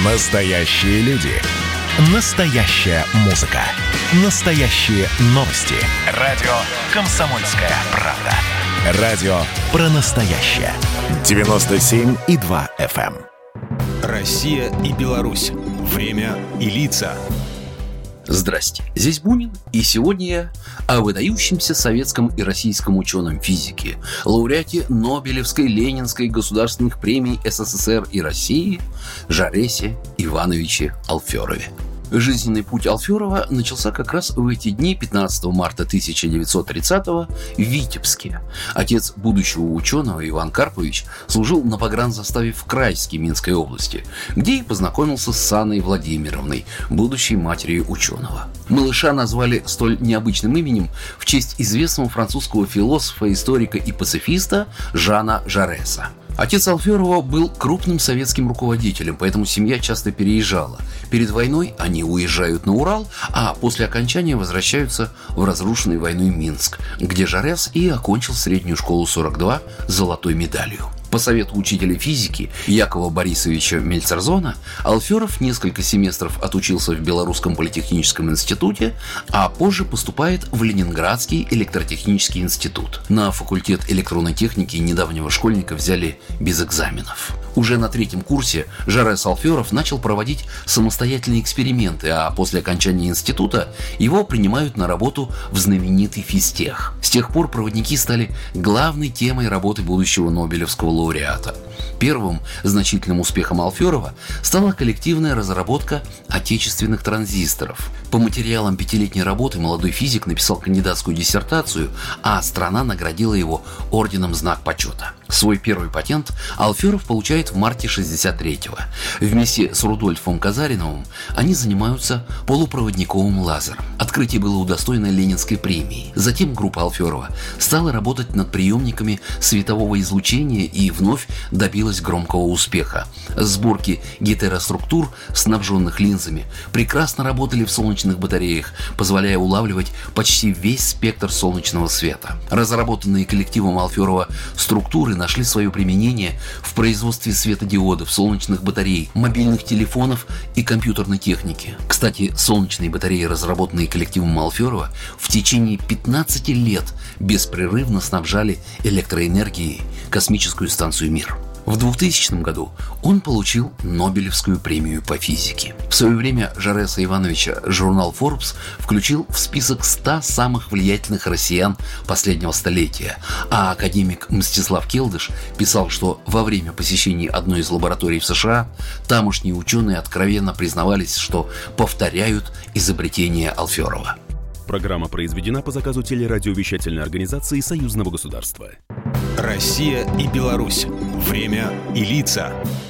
Настоящие люди. Настоящая музыка. Настоящие новости. Радио «Комсомольская правда». Радио про настоящее. 97,2 FM. Россия и Беларусь. Время и лица. Здрасте, здесь Бунин, и сегодня я о выдающемся советском и российском ученом физике, лауреате Нобелевской, Ленинской, государственных премий СССР и России Жаресе Ивановиче Алферове. Жизненный путь Алферова начался как раз в эти дни 15 марта 1930-го в Витебске. Отец будущего ученого Иван Карпович служил на погранзаставе в Крайске Минской области, где и познакомился с Анной Владимировной, будущей матерью ученого. Малыша назвали столь необычным именем в честь известного французского философа, историка и пацифиста Жана Жареса. Отец Алферова был крупным советским руководителем, поэтому семья часто переезжала. Перед войной они уезжают на Урал, а после окончания возвращаются в разрушенный войной Минск, где Жарес и окончил среднюю школу 42 с золотой медалью. По совету учителя физики Якова Борисовича Мельцерзона Алферов несколько семестров отучился в Белорусском политехническом институте, а позже поступает в Ленинградский электротехнический институт. На факультет электронной техники недавнего школьника взяли без экзаменов. Уже на третьем курсе Жарес Алферов начал проводить самостоятельные эксперименты, а после окончания института его принимают на работу в знаменитый физтех. С тех пор проводники стали главной темой работы будущего Нобелевского лауреата. Первым значительным успехом Алферова стала коллективная разработка отечественных транзисторов. По материалам пятилетней работы молодой физик написал кандидатскую диссертацию, а страна наградила его орденом «Знак почета». Свой первый патент Алферов получает в марте 1963-го. Вместе с Рудольфом Казариновым они занимаются полупроводниковым лазером. Открытие было удостоено Ленинской премии. Затем группа Алферова стала работать над приемниками светового излучения и вновь добилась громкого успеха. Сборки гетероструктур, снабженных линзами, прекрасно работали в солнечных батареях, позволяя улавливать почти весь спектр солнечного света. Разработанные коллективом Алферова структуры нашли свое применение в производстве светодиодов, солнечных батарей, мобильных телефонов и компьютерной техники. Кстати, солнечные батареи, разработанные коллективом Алферова, в течение 15 лет беспрерывно снабжали электроэнергией космическую станцию «Мир». В 2000 году он получил Нобелевскую премию по физике. В свое время Жареса Ивановича журнал Forbes включил в список 100 самых влиятельных россиян последнего столетия, а академик Мстислав Келдыш писал, что во время посещения одной из лабораторий в США тамошние ученые откровенно признавались, что повторяют изобретение Алферова. Программа произведена по заказу телерадиовещательной организации Союзного государства. Россия и Беларусь. Время и лица.